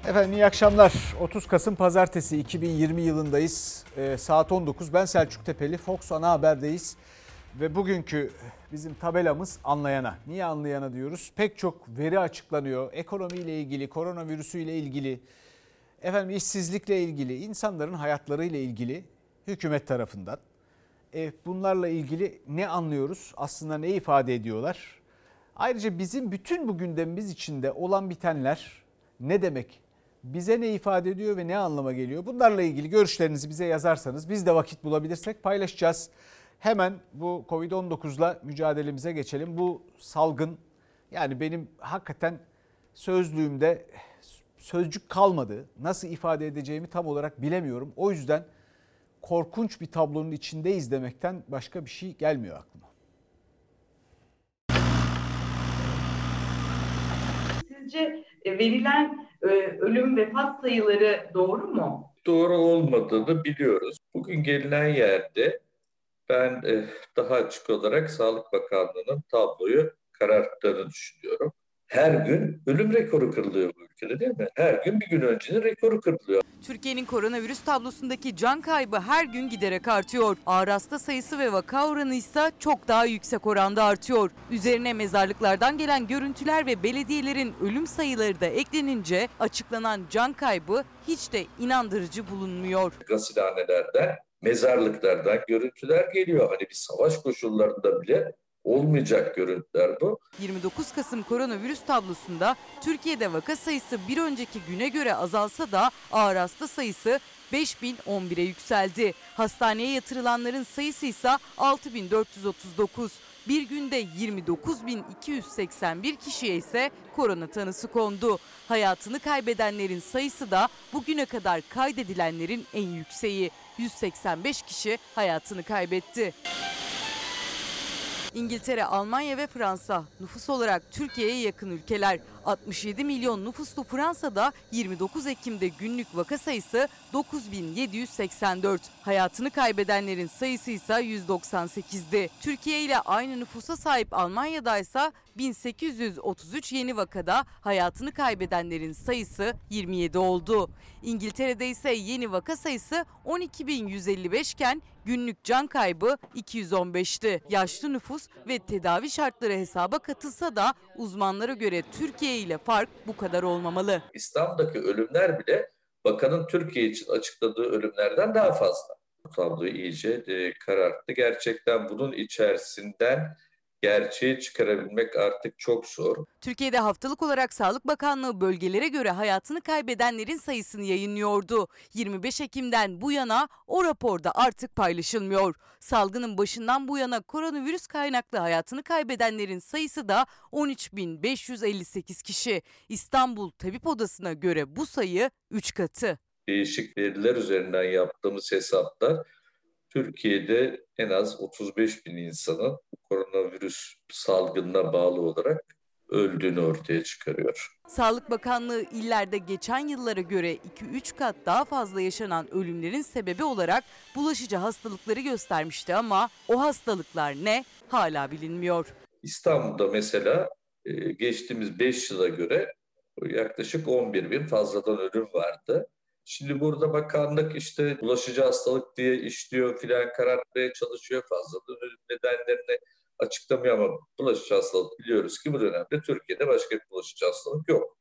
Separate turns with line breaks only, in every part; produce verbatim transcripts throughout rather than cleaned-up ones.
Efendim iyi akşamlar. otuz Kasım Pazartesi iki bin yirmi yılındayız. E, saat on dokuz. Ben Selçuk Tepeli. Fox Ana Haber'deyiz. Ve bugünkü bizim tabelamız anlayana. Niye anlayana diyoruz? Pek çok veri açıklanıyor. Ekonomiyle ilgili, koronavirüsüyle ilgili, efendim işsizlikle ilgili, insanların hayatlarıyla ilgili hükümet tarafından. E, bunlarla ilgili ne anlıyoruz? Aslında ne ifade ediyorlar? Ayrıca bizim bütün bu gündemimiz içinde olan bitenler ne demek? Bize ne ifade ediyor ve ne anlama geliyor? Bunlarla ilgili görüşlerinizi bize yazarsanız biz de vakit bulabilirsek paylaşacağız. Hemen bu kovid on dokuzla mücadelemize geçelim. Bu salgın, yani benim hakikaten sözlüğümde sözcük kalmadı. Nasıl ifade edeceğimi tam olarak bilemiyorum. O yüzden korkunç bir tablonun içindeyiz demekten başka bir şey gelmiyor aklıma.
Sizce verilen ölüm vefat sayıları doğru mu?
Doğru olmadığını biliyoruz. Bugün gelinen yerde ben daha açık olarak Sağlık Bakanlığı'nın tabloyu kararttığını düşünüyorum. Her gün ölüm rekoru kırılıyor bu ülkede, değil mi? Her gün bir gün öncenin rekoru kırılıyor.
Türkiye'nin koronavirüs tablosundaki can kaybı her gün giderek artıyor. Ağır hasta sayısı ve vaka oranı ise çok daha yüksek oranda artıyor. Üzerine mezarlıklardan gelen görüntüler ve belediyelerin ölüm sayıları da eklenince açıklanan can kaybı hiç de inandırıcı bulunmuyor.
Gasilhanelerden, mezarlıklardan görüntüler geliyor. Hani bir savaş koşullarında bile olmayacak görüntüler bu.
yirmi dokuz Kasım koronavirüs tablosunda Türkiye'de vaka sayısı bir önceki güne göre azalsa da ağır hasta sayısı beş bin on bire yükseldi. Hastaneye yatırılanların sayısı ise altı bin dört yüz otuz dokuz. Bir günde yirmi dokuz bin iki yüz seksen bir kişiye ise korona tanısı kondu. Hayatını kaybedenlerin sayısı da bugüne kadar kaydedilenlerin en yükseği. yüz seksen beş kişi hayatını kaybetti. İngiltere, Almanya ve Fransa nüfus olarak Türkiye'ye yakın ülkeler. altmış yedi milyon nüfuslu Fransa'da yirmi dokuz Ekim'de günlük vaka sayısı dokuz bin yedi yüz seksen dört. Hayatını kaybedenlerin sayısı ise yüz doksan sekizdi. Türkiye ile aynı nüfusa sahip Almanya'da ise bin sekiz yüz otuz üç yeni vakada hayatını kaybedenlerin sayısı yirmi yedi oldu. İngiltere'de ise yeni vaka sayısı on iki bin yüz elli beş iken günlük can kaybı iki yüz on beşti. Yaşlı nüfus ve tedavi şartları hesaba katılsa da uzmanlara göre Türkiye ile fark bu kadar olmamalı.
İstanbul'daki ölümler bile bakanın Türkiye için açıkladığı ölümlerden daha fazla. Bu tabloyu iyice e, kararttı. Gerçekten bunun içerisinden gerçeği çıkarabilmek artık çok zor.
Türkiye'de haftalık olarak Sağlık Bakanlığı bölgelere göre hayatını kaybedenlerin sayısını yayınlıyordu. yirmi beş Ekim'den bu yana o raporda artık paylaşılmıyor. Salgının başından bu yana koronavirüs kaynaklı hayatını kaybedenlerin sayısı da on üç bin beş yüz elli sekiz kişi. İstanbul Tabip Odası'na göre bu sayı üç katı.
Değişik veriler üzerinden yaptığımız hesaplar Türkiye'de en az otuz beş bin insanın koronavirüs salgınına bağlı olarak öldüğünü ortaya çıkarıyor.
Sağlık Bakanlığı illerde geçen yıllara göre iki üç kat daha fazla yaşanan ölümlerin sebebi olarak bulaşıcı hastalıkları göstermişti ama o hastalıklar ne hala bilinmiyor.
İstanbul'da mesela geçtiğimiz beş yıla göre yaklaşık on bir bin fazladan ölüm vardı. Şimdi burada bakanlık işte bulaşıcı hastalık diye işliyor filan karartmaya çalışıyor, fazladan ölüm nedenlerini açıklamıyor ama bulaşıcı hastalık biliyoruz ki bu dönemde Türkiye'de başka bir bulaşıcı hastalık yok.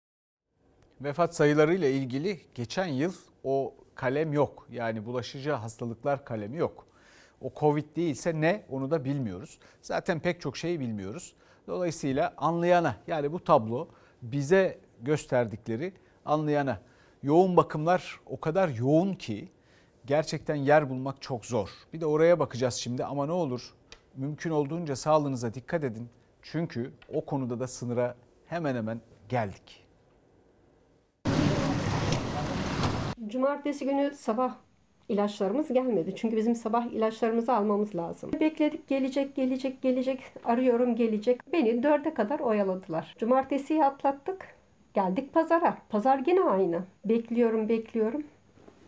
Vefat sayılarıyla ilgili geçen yıl o kalem yok. Yani bulaşıcı hastalıklar kalemi yok. O Covid değilse ne onu da bilmiyoruz. Zaten pek çok şeyi bilmiyoruz. Dolayısıyla anlayana, yani bu tablo bize gösterdikleri anlayana. Yoğun bakımlar o kadar yoğun ki gerçekten yer bulmak çok zor. Bir de oraya bakacağız şimdi ama ne olur mümkün olduğunca sağlığınıza dikkat edin. Çünkü o konuda da sınıra hemen hemen geldik.
Cumartesi günü sabah ilaçlarımız gelmedi. Çünkü bizim sabah ilaçlarımızı almamız lazım. Bekledik, gelecek, gelecek, gelecek. Arıyorum, gelecek. Beni dörde kadar oyaladılar. Cumartesiyi atlattık. Geldik pazara. Pazar yine aynı. Bekliyorum, bekliyorum.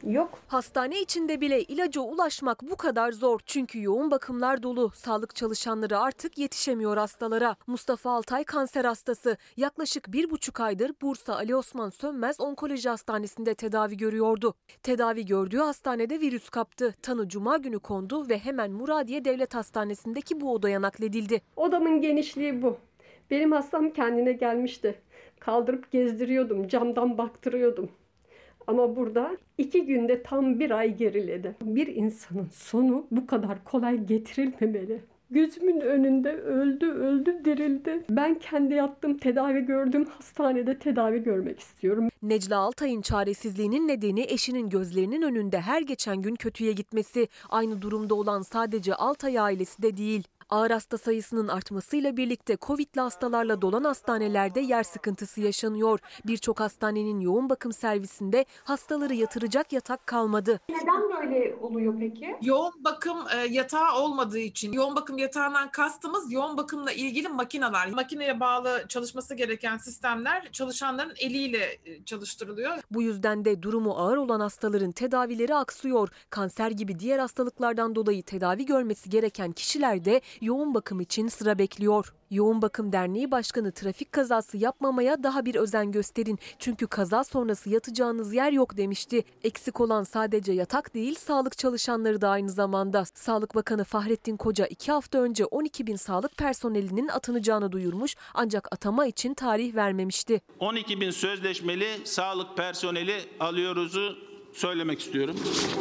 Yok.
Hastane içinde bile ilaca ulaşmak bu kadar zor. Çünkü yoğun bakımlar dolu. Sağlık çalışanları artık yetişemiyor hastalara. Mustafa Altay kanser hastası. Yaklaşık bir buçuk aydır Bursa Ali Osman Sönmez Onkoloji Hastanesi'nde tedavi görüyordu. Tedavi gördüğü hastanede virüs kaptı. Tanı cuma günü kondu ve hemen Muradiye Devlet Hastanesi'ndeki bu odaya nakledildi.
Odamın genişliği bu. Benim hastam kendine gelmişti. Kaldırıp gezdiriyordum, camdan baktırıyordum. Ama burada iki günde tam bir ay geriledi. Bir insanın sonu bu kadar kolay getirilmemeli. Gözümün önünde öldü, öldü, dirildi. Ben kendi yattığım, tedavi gördüğüm hastanede tedavi görmek istiyorum.
Necla Altay'ın çaresizliğinin nedeni eşinin gözlerinin önünde her geçen gün kötüye gitmesi. Aynı durumda olan sadece Altay ailesi de değil. Ağır hasta sayısının artmasıyla birlikte Covid'li hastalarla dolan hastanelerde yer sıkıntısı yaşanıyor. Birçok hastanenin yoğun bakım servisinde hastaları yatıracak yatak kalmadı.
Neden böyle oluyor peki?
Yoğun bakım e, yatağı olmadığı için, yoğun bakım yatağından kastımız yoğun bakımla ilgili makineler. Makineye bağlı çalışması gereken sistemler çalışanların eliyle e, çalıştırılıyor.
Bu yüzden de durumu ağır olan hastaların tedavileri aksıyor. Kanser gibi diğer hastalıklardan dolayı tedavi görmesi gereken kişiler de yoğun bakım için sıra bekliyor. Yoğun Bakım Derneği Başkanı trafik kazası yapmamaya daha bir özen gösterin. Çünkü kaza sonrası yatacağınız yer yok demişti. Eksik olan sadece yatak değil, sağlık çalışanları da aynı zamanda. Sağlık Bakanı Fahrettin Koca iki hafta önce on iki bin sağlık personelinin atanacağını duyurmuş ancak atama için tarih vermemişti.
on iki bin sözleşmeli sağlık personeli alıyoruzu söylemek istiyorum.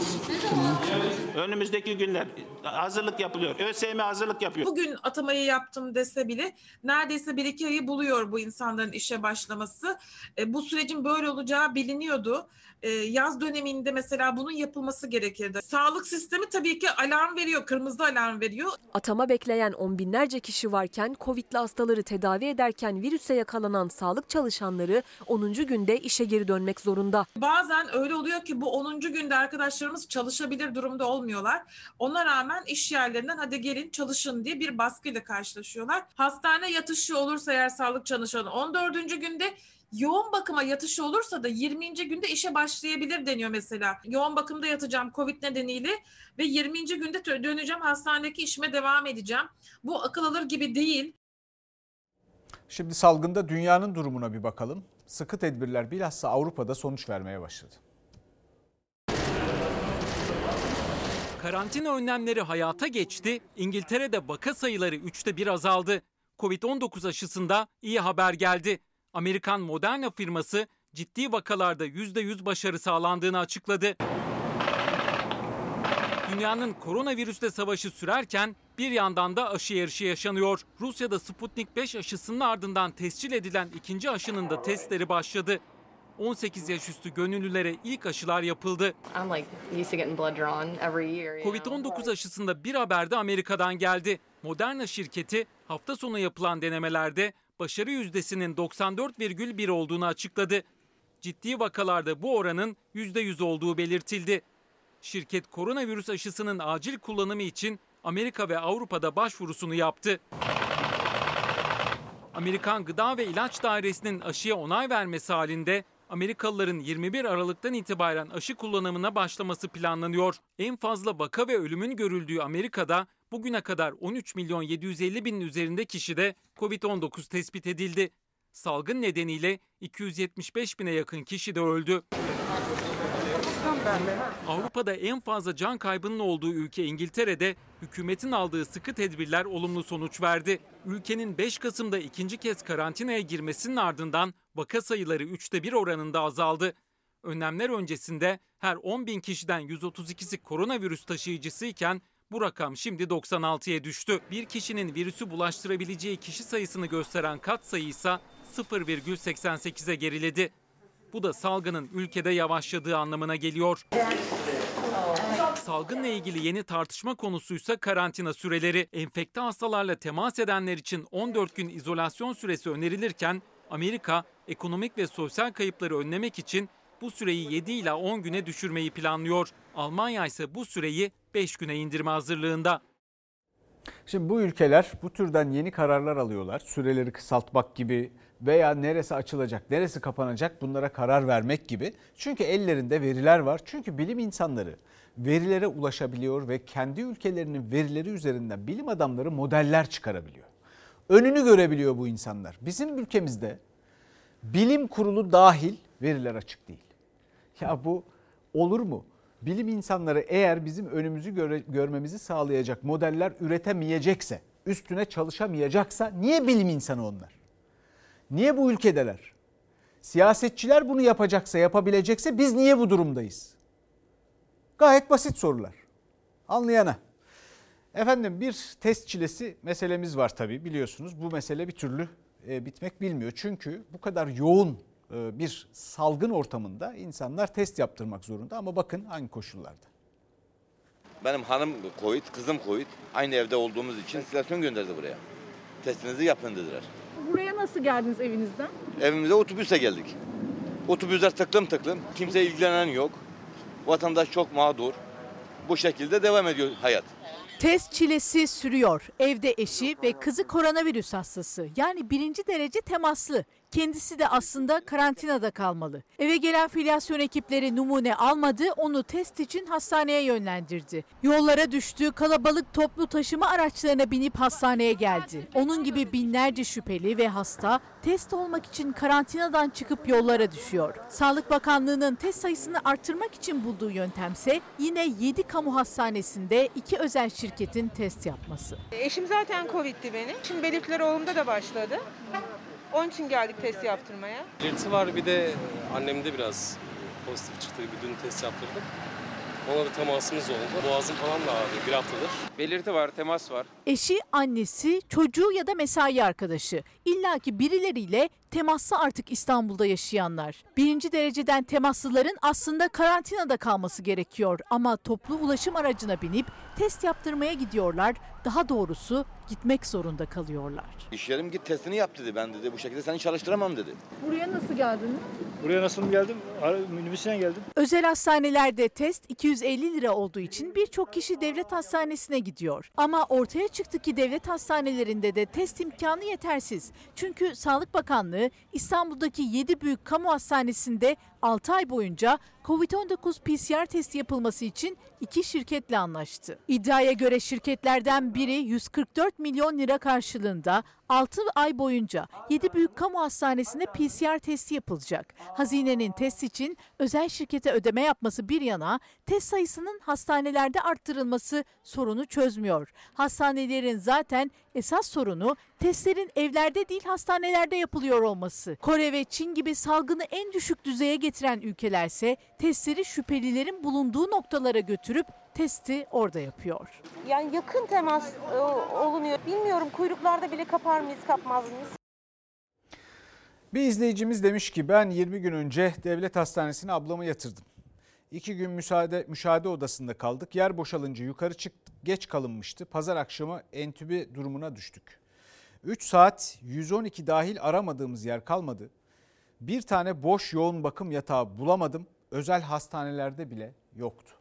Önümüzdeki günler hazırlık yapılıyor. ÖSYM hazırlık yapıyor.
Bugün atamayı yaptım dese bile neredeyse bir iki ayı buluyor bu insanların işe başlaması. E, bu sürecin böyle olacağı biliniyordu. E, yaz döneminde mesela bunun yapılması gerekirdi. Sağlık sistemi tabii ki alarm veriyor, kırmızı alarm veriyor.
Atama bekleyen on binlerce kişi varken Covid'li hastaları tedavi ederken virüse yakalanan sağlık çalışanları onuncu günde işe geri dönmek zorunda.
Bazen öyle oluyor ki bu onuncu günde arkadaşlarımız çalışabilir durumda olmuyorlar. Ona rağmen iş yerlerinden hadi gelin çalışın diye bir baskıyla karşılaşıyorlar. Hastane yatışı olursa eğer sağlık çalışanı on dördüncü günde, yoğun bakıma yatışı olursa da yirminci günde işe başlayabilir deniyor mesela. Yoğun bakımda yatacağım Covid nedeniyle ve yirminci günde döneceğim hastanedeki işime devam edeceğim. Bu akıl alır gibi değil.
Şimdi salgında dünyanın durumuna bir bakalım. Sıkı tedbirler bilhassa Avrupa'da sonuç vermeye başladı.
Karantina önlemleri hayata geçti. İngiltere'de vaka sayıları üçte bir azaldı. Covid on dokuz aşısında iyi haber geldi. Amerikan Moderna firması ciddi vakalarda yüzde yüz başarı sağlandığını açıkladı. Dünyanın koronavirüsle savaşı sürerken bir yandan da aşı yarışı yaşanıyor. Rusya'da Sputnik beş aşısının ardından tescil edilen ikinci aşının da testleri başladı. on sekiz yaş üstü gönüllülere ilk aşılar yapıldı. Covid on dokuz aşısında bir haber de Amerika'dan geldi. Moderna şirketi hafta sonu yapılan denemelerde başarı yüzdesinin doksan dört virgül bir olduğunu açıkladı. Ciddi vakalarda bu oranın yüzde yüz olduğu belirtildi. Şirket koronavirüs aşısının acil kullanımı için Amerika ve Avrupa'da başvurusunu yaptı. Amerikan Gıda ve İlaç Dairesi'nin aşıya onay vermesi halinde Amerikalıların yirmi bir Aralık'tan itibaren aşı kullanımına başlaması planlanıyor. En fazla vaka ve ölümün görüldüğü Amerika'da bugüne kadar on üç milyon yedi yüz elli binin üzerinde kişide Covid on dokuz tespit edildi. Salgın nedeniyle iki yüz yetmiş beş bine yakın kişi de öldü. Avrupa'da en fazla can kaybının olduğu ülke İngiltere'de hükümetin aldığı sıkı tedbirler olumlu sonuç verdi. Ülkenin beş Kasım'da ikinci kez karantinaya girmesinin ardından vaka sayıları üçte bir oranında azaldı. Önlemler öncesinde her on bin kişiden yüz otuz ikisi koronavirüs taşıyıcısıyken bu rakam şimdi doksan altıya düştü. Bir kişinin virüsü bulaştırabileceği kişi sayısını gösteren katsayı ise sıfır virgül seksen sekize geriledi. Bu da salgının ülkede yavaşladığı anlamına geliyor. Salgınla ilgili yeni tartışma konusuysa karantina süreleri. Enfekte hastalarla temas edenler için on dört gün izolasyon süresi önerilirken Amerika ekonomik ve sosyal kayıpları önlemek için bu süreyi yedi ila on güne düşürmeyi planlıyor. Almanya ise bu süreyi beş güne indirme hazırlığında.
Şimdi bu ülkeler bu türden yeni kararlar alıyorlar. Süreleri kısaltmak gibi veya neresi açılacak, neresi kapanacak bunlara karar vermek gibi. Çünkü ellerinde veriler var. Çünkü bilim insanları verilere ulaşabiliyor ve kendi ülkelerinin verileri üzerinden bilim adamları modeller çıkarabiliyor. Önünü görebiliyor bu insanlar. Bizim ülkemizde bilim kurulu dahil veriler açık değil. Ya bu olur mu? Bilim insanları eğer bizim önümüzü göre, görmemizi sağlayacak modeller üretemeyecekse, üstüne çalışamayacaksa niye bilim insanı onlar? Niye bu ülkedeler? Siyasetçiler bunu yapacaksa, yapabilecekse biz niye bu durumdayız? Gayet basit sorular. Anlayana. Efendim bir test çilesi meselemiz var tabii biliyorsunuz. Bu mesele bir türlü e, bitmek bilmiyor. Çünkü bu kadar yoğun e, bir salgın ortamında insanlar test yaptırmak zorunda. Ama bakın hangi koşullarda.
Benim hanım Covid, kızım Covid. Aynı evde olduğumuz için sirkülasyon gönderdi buraya. Testinizi yapın dediler.
Buraya nasıl geldiniz evinizden?
Evimize otobüse geldik. Otobüsler tıklım tıklım. Kimse ilgilenen yok. Vatandaş çok mağdur. Bu şekilde devam ediyor hayat.
Test çilesi sürüyor. Evde eşi ve kızı koronavirüs hastası. Yani birinci derece temaslı. Kendisi de aslında karantinada kalmalı. Eve gelen filyasyon ekipleri numune almadı, onu test için hastaneye yönlendirdi. Yollara düştü, kalabalık toplu taşıma araçlarına binip hastaneye geldi. Onun gibi binlerce şüpheli ve hasta test olmak için karantinadan çıkıp yollara düşüyor. Sağlık Bakanlığı'nın test sayısını artırmak için bulduğu yöntemse yine yedi kamu hastanesinde iki özel şirketin test yapması.
Eşim zaten Covid'ti benim. Şimdi belirtileri oğlumda da başladı. Onun için geldik test yaptırmaya.
Belirti var, bir de annemde biraz pozitif çıktı. Bir dün test yaptırdık. Ona da temasımız oldu. Boğazım falan da ağrıyor bir haftadır.
Belirti var, temas var.
Eşi, annesi, çocuğu ya da mesai arkadaşı. İlla ki birileriyle temaslı artık İstanbul'da yaşayanlar. Birinci dereceden temaslıların aslında karantinada kalması gerekiyor. Ama toplu ulaşım aracına binip test yaptırmaya gidiyorlar. Daha doğrusu gitmek zorunda kalıyorlar.
İş yerim git testini yap dedi. Ben dedi bu şekilde seni çalıştıramam dedi.
Buraya nasıl geldiniz?
Buraya nasıl geldim? Minibüsüne geldim.
Özel hastanelerde test iki yüz elli lira olduğu için birçok kişi devlet hastanesine gidiyor. Ama ortaya çıktı ki devlet hastanelerinde de test imkanı yetersiz. Çünkü Sağlık Bakanlığı İstanbul'daki yedi büyük kamu hastanesinde altı ay boyunca Covid on dokuz P C R testi yapılması için iki şirketle anlaştı. İddiaya göre şirketlerden biri yüz kırk dört milyon lira karşılığında altı ay boyunca yedi büyük kamu hastanesinde P C R testi yapılacak. Hazinenin test için özel şirkete ödeme yapması bir yana test sayısının hastanelerde arttırılması sorunu çözmüyor. Hastanelerin zaten esas sorunu testlerin evlerde değil hastanelerde yapılıyor olması. Kore ve Çin gibi salgını en düşük düzeye getiren ülkelerse testleri şüphelilerin bulunduğu noktalara götürüp testi orada yapıyor.
Yani yakın temas e, olunuyor. Bilmiyorum kuyruklarda bile kapar mıyız, kapmaz mıyız?
Bir izleyicimiz demiş ki ben yirmi gün önce devlet hastanesine ablamı yatırdım. İki gün müsaade, müşahede odasında kaldık. Yer boşalınca yukarı çıktık. Geç kalınmıştı. Pazar akşamı entübe durumuna düştük. üç saat yüz on iki dahil aramadığımız yer kalmadı. Bir tane boş yoğun bakım yatağı bulamadım. Özel hastanelerde bile yoktu.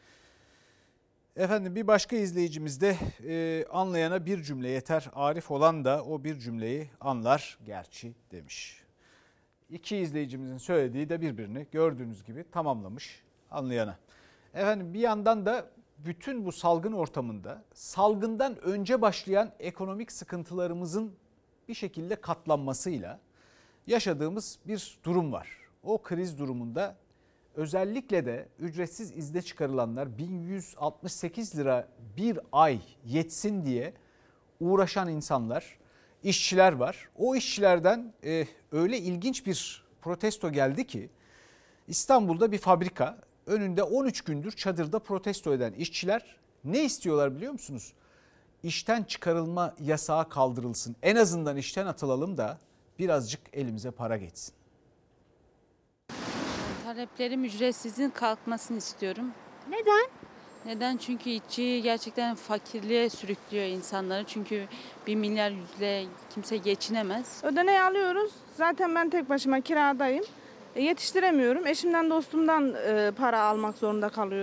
Efendim bir başka izleyicimiz de e, anlayana bir cümle yeter. Arif olan da o bir cümleyi anlar gerçi demiş. İki izleyicimizin söylediği de birbirini gördüğünüz gibi tamamlamış anlayana. Efendim bir yandan da bütün bu salgın ortamında salgından önce başlayan ekonomik sıkıntılarımızın bir şekilde katlanmasıyla yaşadığımız bir durum var. O kriz durumunda özellikle de ücretsiz izne çıkarılanlar bin yüz altmış sekiz lira bir ay yetsin diye uğraşan insanlar, işçiler var. O işçilerden e, öyle ilginç bir protesto geldi ki İstanbul'da bir fabrika önünde on üç gündür çadırda protesto eden işçiler ne istiyorlar biliyor musunuz? İşten çıkarılma yasağı kaldırılsın. En azından işten atılalım da birazcık elimize para geçsin.
Taleplerim ücretsizliğin kalkmasını istiyorum.
Neden?
Neden? Çünkü işçi gerçekten fakirliğe sürüklüyor insanları. Çünkü bir milyar yüzle kimse geçinemez.
Ödeneği alıyoruz. Zaten ben tek başıma kiradayım. E, yetiştiremiyorum. Eşimden dostumdan e, para almak zorunda kalıyorum.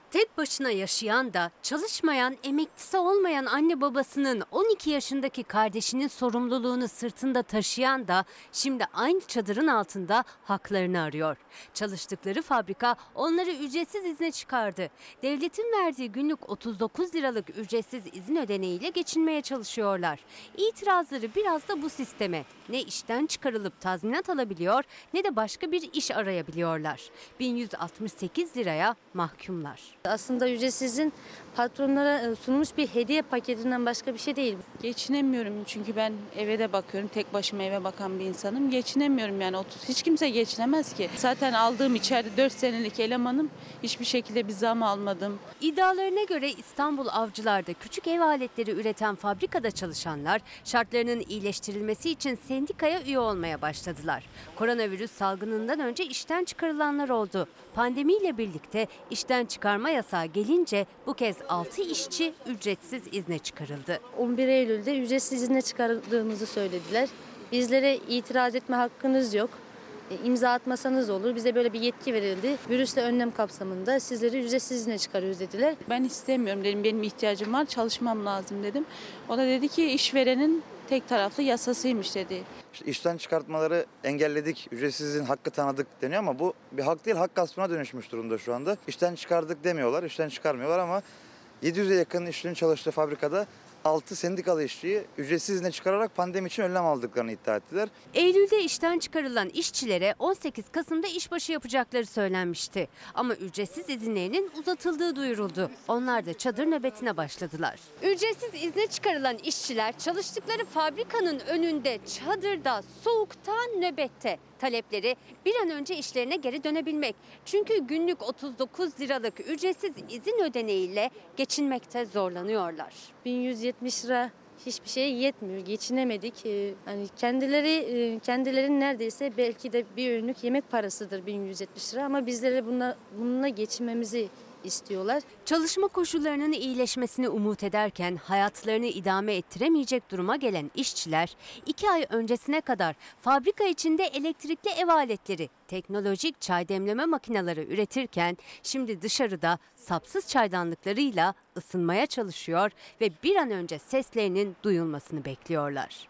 Tek başına yaşayan da, çalışmayan, emeklisi olmayan anne babasının on iki yaşındaki kardeşinin sorumluluğunu sırtında taşıyan da şimdi aynı çadırın altında haklarını arıyor. Çalıştıkları fabrika onları ücretsiz izne çıkardı. Devletin verdiği günlük otuz dokuz liralık ücretsiz izin ödeneğiyle geçinmeye çalışıyorlar. İtirazları biraz da bu sisteme. Ne işten çıkarılıp tazminat alabiliyor ne de başka bir iş arayabiliyorlar. bin yüz altmış sekiz liraya mahkumlar.
Aslında ücretsizin patronlara sunulmuş bir hediye paketinden başka bir şey değil.
Geçinemiyorum çünkü ben eve de bakıyorum. Tek başıma eve bakan bir insanım. Geçinemiyorum yani. Hiç kimse geçinemez ki. Zaten aldığım içeride dört senelik elemanım. Hiçbir şekilde bir zam almadım.
İddialarına göre İstanbul Avcılar'da küçük ev aletleri üreten fabrikada çalışanlar şartlarının iyileştirilmesi için sendikaya üye olmaya başladılar. Koronavirüs salgınından önce işten çıkarılanlar oldu. Pandemiyle birlikte işten çıkarma yasağı gelince bu kez altı işçi ücretsiz izne çıkarıldı.
on bir Eylül'de ücretsiz izne çıkarıldığımızı söylediler. Bizlere itiraz etme hakkınız yok. İmza atmasanız olur. Bize böyle bir yetki verildi. Virüsle önlem kapsamında sizleri ücretsiz izne çıkarıyoruz dediler.
Ben istemiyorum dedim. Benim ihtiyacım var. Çalışmam lazım dedim. O da dedi ki işverenin tek taraflı yasasıymış dedi.
İşte işten çıkartmaları engelledik, ücretsizliğin hakkı tanıdık deniyor ama bu bir hak değil, hak gaspına dönüşmüş durumda şu anda. İşten çıkardık demiyorlar, işten çıkarmıyorlar ama yedi yüze yakın işçinin çalıştığı fabrikada altı sendikalı işçiyi ücretsiz izne çıkararak pandemi için önlem aldıklarını iddia ettiler.
Eylül'de işten çıkarılan işçilere on sekiz Kasım'da işbaşı yapacakları söylenmişti. Ama ücretsiz izinlerinin uzatıldığı duyuruldu. Onlar da çadır nöbetine başladılar. Ücretsiz izne çıkarılan işçiler çalıştıkları fabrikanın önünde çadırda soğukta nöbette. Talepleri bir an önce işlerine geri dönebilmek. Çünkü günlük otuz dokuz liralık ücretsiz izin ödeneğiyle geçinmekte zorlanıyorlar.
bin yüz yetmiş lira hiçbir şeye yetmiyor. Geçinemedik. Ee, hani kendileri kendilerinin neredeyse belki de bir öğünlük yemek parasıdır bin yüz yetmiş lira ama bizlere bununla, bununla geçinmemizi istiyorlar.
Çalışma koşullarının iyileşmesini umut ederken hayatlarını idame ettiremeyecek duruma gelen işçiler iki ay öncesine kadar fabrika içinde elektrikli ev aletleri, teknolojik çay demleme makineleri üretirken şimdi dışarıda sapsız çaydanlıklarıyla ısınmaya çalışıyor ve bir an önce seslerinin duyulmasını bekliyorlar.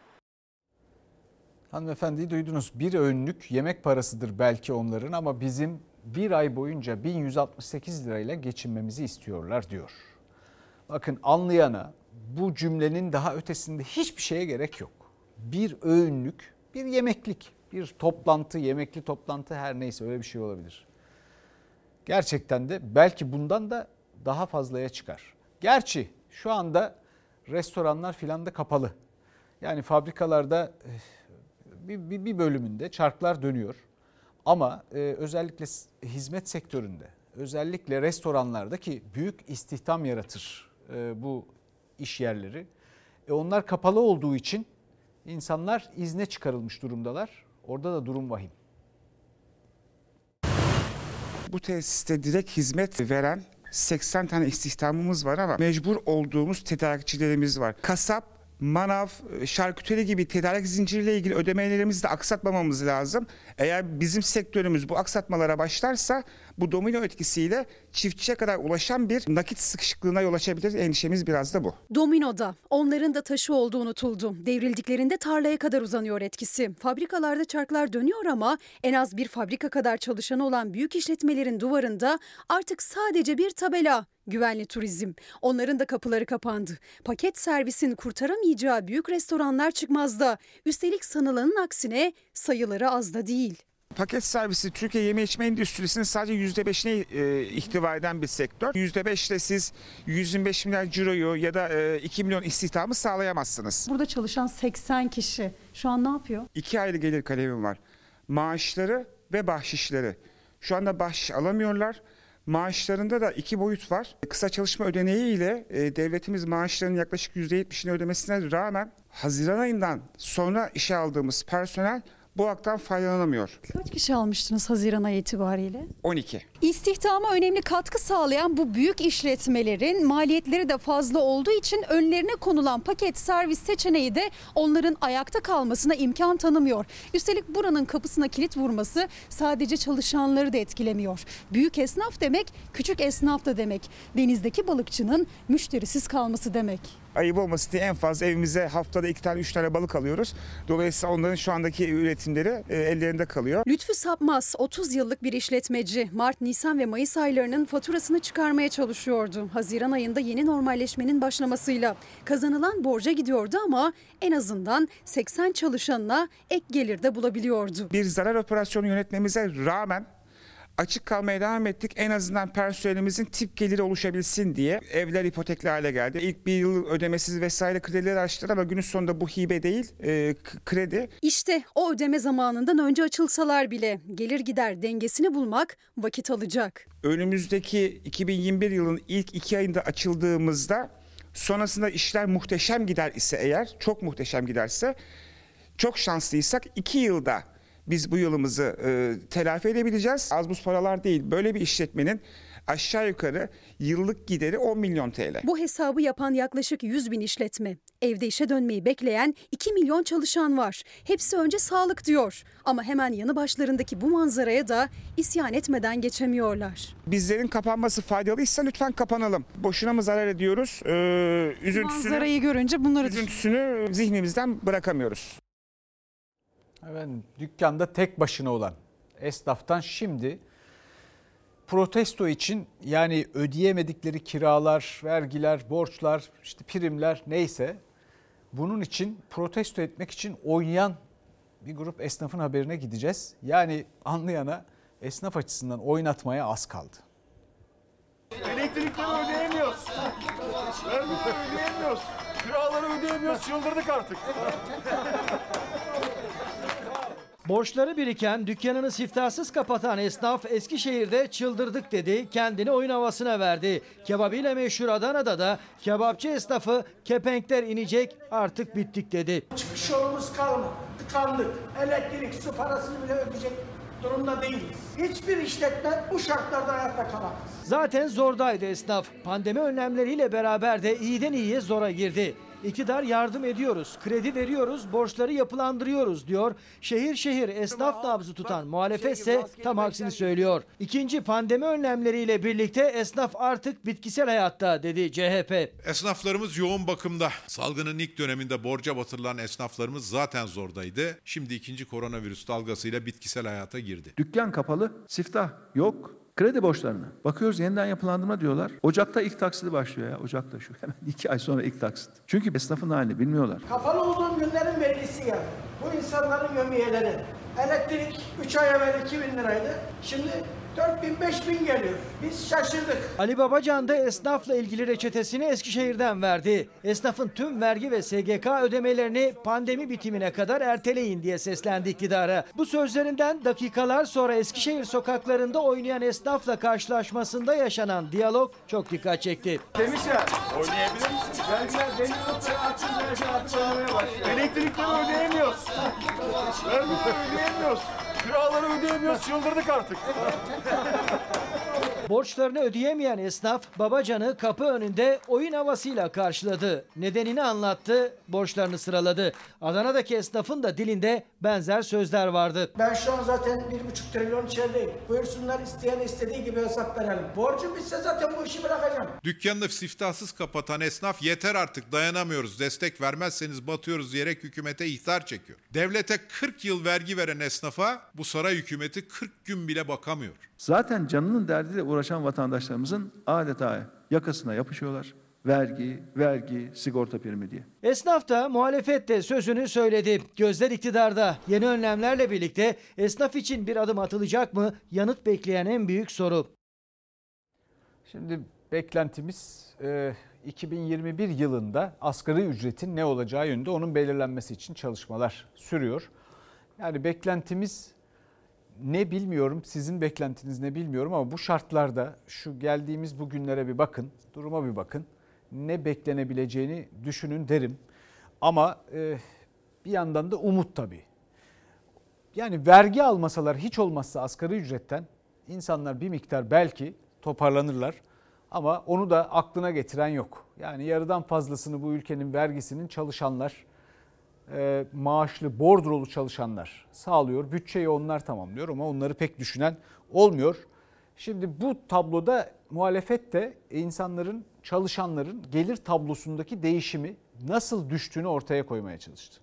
Hanımefendiyi duydunuz. Bir öğünlük yemek parasıdır belki onların ama bizim bir ay boyunca bin yüz altmış sekiz lirayla geçinmemizi istiyorlar diyor. Bakın anlayana bu cümlenin daha ötesinde hiçbir şeye gerek yok. Bir öğünlük, bir yemeklik, bir toplantı, yemekli toplantı her neyse öyle bir şey olabilir. Gerçekten de belki bundan da daha fazlaya çıkar. Gerçi şu anda restoranlar filan da kapalı. Yani fabrikalarda bir, bir bölümünde çarklar dönüyor. Ama e, özellikle hizmet sektöründe, özellikle restoranlardaki büyük istihdam yaratır e, bu iş yerleri. E, onlar kapalı olduğu için insanlar izne çıkarılmış durumdalar. Orada da durum vahim.
Bu tesiste direkt hizmet veren seksen tane istihdamımız var ama mecbur olduğumuz tedarikçilerimiz var. Kasap, manav, şarküteri gibi tedarik zinciriyle ilgili ödemelerimizi de aksatmamamız lazım. Eğer bizim sektörümüz bu aksatmalara başlarsa bu domino etkisiyle çiftçiye kadar ulaşan bir nakit sıkışıklığına yol açabilir. Endişemiz biraz da bu.
Domino'da onların da taşı olduğu unutuldu. Devrildiklerinde tarlaya kadar uzanıyor etkisi. Fabrikalarda çarklar dönüyor ama en az bir fabrika kadar çalışanı olan büyük işletmelerin duvarında artık sadece bir tabela. Güvenli turizm. Onların da kapıları kapandı. Paket servisin kurtaramayacağı büyük restoranlar çıkmazda. Üstelik sanılanın aksine sayıları az da değil.
Paket servisi Türkiye yeme içme endüstrisinin sadece yüzde beşine e, ihtiva eden bir sektör. yüzde beşle siz yüz yirmi beş milyar ciroyu ya da e, iki milyon istihdamı sağlayamazsınız.
Burada çalışan seksen kişi şu an ne yapıyor?
İki ayrı gelir kalemim var. Maaşları ve bahşişleri. Şu anda bahşiş alamıyorlar. Maaşlarında da iki boyut var. Kısa çalışma ödeneği ile e, devletimiz maaşlarının yaklaşık yüzde yetmişini ödemesine rağmen Haziran ayından sonra işe aldığımız personel bu haktan faydalanamıyor.
Kaç kişi almıştınız Haziran ayı itibariyle?
on iki.
İstihdama önemli katkı sağlayan bu büyük işletmelerin maliyetleri de fazla olduğu için önlerine konulan paket servis seçeneği de onların ayakta kalmasına imkan tanımıyor. Üstelik buranın kapısına kilit vurması sadece çalışanları da etkilemiyor. Büyük esnaf demek, küçük esnaf da demek. Denizdeki balıkçının müşterisiz kalması demek.
Ayıp olmasın diye en fazla evimize haftada iki tane üç tane balık alıyoruz. Dolayısıyla onların şu andaki üretimleri e, ellerinde kalıyor.
Lütfü Sapmaz otuz yıllık bir işletmeci. Mart, Nisan ve Mayıs aylarının faturasını çıkarmaya çalışıyordu. Haziran ayında yeni normalleşmenin başlamasıyla kazanılan borca gidiyordu ama en azından seksen çalışanına ek gelir de bulabiliyordu.
Bir zarar operasyonu yönetmemize rağmen açık kalmaya devam ettik. En azından personelimizin tip geliri oluşabilsin diye. Evler ipotekli hale geldi. İlk bir yıl ödemesiz vesaire krediler açtılar ama günün sonunda bu hibe değil, e, kredi.
İşte o ödeme zamanından önce açılsalar bile gelir gider dengesini bulmak vakit alacak.
Önümüzdeki iki bin yirmi bir yılının ilk iki ayında açıldığımızda sonrasında işler muhteşem gider ise eğer, çok muhteşem giderse, çok şanslıysak iki yılda biz bu yılımızı e, telafi edebileceğiz. Az buz paralar değil. Böyle bir işletmenin aşağı yukarı yıllık gideri on milyon T L.
Bu hesabı yapan yaklaşık yüz bin işletme. Evde işe dönmeyi bekleyen iki milyon çalışan var. Hepsi önce sağlık diyor. Ama hemen yanı başlarındaki bu manzaraya da isyan etmeden geçemiyorlar.
Bizlerin kapanması faydalıysa lütfen kapanalım. Boşuna mı zarar ediyoruz? Ee, üzüntüsünü,
Manzarayı görünce bunları
üzüntüsünü zihnimizden bırakamıyoruz.
Efendim, dükkanda tek başına olan esnaftan şimdi protesto için, yani ödeyemedikleri kiralar, vergiler, borçlar, işte primler neyse, bunun için protesto etmek için oynayan bir grup esnafın haberine gideceğiz. Yani anlayana esnaf açısından oynatmaya az kaldı.
Elektrikleri ödeyemiyoruz. Vergileri ödeyemiyoruz. Kiraları ödeyemiyoruz. Çıldırdık artık.
Borçları biriken, dükkanını siftahsız kapatan esnaf Eskişehir'de çıldırdık dedi, kendini oyun havasına verdi. Kebabıyla meşhur Adana'da da kebapçı esnafı kepenkler inecek, artık bittik dedi.
Çıkış yolumuz kalmadı, tıkandık. Elektrik, su parasını bile ödeyecek durumda değiliz. Hiçbir işletme bu şartlarda ayakta kalamaz.
Zaten zordaydı esnaf. Pandemi önlemleriyle beraber de iyiden iyiye zora girdi. İktidar yardım ediyoruz, kredi veriyoruz, borçları yapılandırıyoruz diyor. Şehir şehir esnaf nabzı tutan muhalefet ise tam aksini söylüyor. İkinci pandemi önlemleriyle birlikte esnaf artık bitkisel hayatta dedi C H P.
Esnaflarımız yoğun bakımda. Salgının ilk döneminde borca batırılan esnaflarımız zaten zordaydı. Şimdi ikinci koronavirüs dalgasıyla bitkisel hayata girdi.
Dükkan kapalı, siftah yok. Kredi borçlarına. Bakıyoruz yeniden yapılandırma diyorlar. Ocak'ta ilk taksidi başlıyor ya. Ocak'ta şu hemen iki ay sonra ilk taksit. Çünkü esnafın halini bilmiyorlar.
Kapalı olduğum günlerin vergisi geldi. Bu insanların gömiyeleri. Elektrik üç ay evvel iki bin liraydı. Şimdi dört bin beş bin geliyor. Biz şaşırdık.
Ali Babacan da esnafla ilgili reçetesini Eskişehir'den verdi. Esnafın tüm vergi ve S G K ödemelerini pandemi bitimine kadar erteleyin diye seslendi iktidara. Bu sözlerinden dakikalar sonra Eskişehir sokaklarında oynayan esnafla karşılaşmasında yaşanan diyalog çok dikkat çekti.
Demişler, oynayabilir misin? Vergiler belli noktaya artık vergi artık ödemeye başlıyor. Elektrikleri ödeyemiyoruz. Vergileri ödeyemiyoruz. Kiraları ödeyemiyoruz. Çıldırdık artık.
Borçlarını ödeyemeyen esnaf Babacan'ı kapı önünde oyun havasıyla karşıladı. Nedenini anlattı, borçlarını sıraladı. Adana'daki esnafın da dilinde benzer sözler vardı.
Ben şu an zaten bir buçuk trilyon içerideyim. Buyursunlar, isteyen istediği gibi hesap verelim. Borcum bitse zaten bu işi bırakacağım.
Dükkanını siftahsız kapatan esnaf yeter artık dayanamıyoruz, destek vermezseniz batıyoruz diyerek hükümete ihtar çekiyor. Devlete kırk yıl vergi veren esnafa bu saray hükümeti kırk gün bile bakamıyor.
Zaten canının derdiyle uğraşan vatandaşlarımızın adeta yakasına yapışıyorlar. Vergi, vergi, sigorta primi diye.
Esnaf da muhalefet de sözünü söyledi. Gözler iktidarda. Yeni önlemlerle birlikte esnaf için bir adım atılacak mı? Yanıt bekleyen en büyük soru.
Şimdi beklentimiz iki bin yirmi bir yılında asgari ücretin ne olacağı yönünde, onun belirlenmesi için çalışmalar sürüyor. Yani beklentimiz ne bilmiyorum, sizin beklentiniz ne bilmiyorum ama bu şartlarda şu geldiğimiz bu günlere bir bakın, duruma bir bakın. Ne beklenebileceğini düşünün derim. Ama e, bir yandan da umut tabii. yani vergi almasalar hiç olmazsa asgari ücretten insanlar bir miktar belki toparlanırlar. Ama onu da aklına getiren yok. Yani yarıdan fazlasını bu ülkenin vergisinin çalışanlar, e, maaşlı, bordrolu çalışanlar sağlıyor. Bütçeyi onlar tamamlıyor ama onları pek düşünen olmuyor. Şimdi bu tabloda muhalefet de insanların, çalışanların gelir tablosundaki değişimi nasıl düştüğünü ortaya koymaya çalıştı.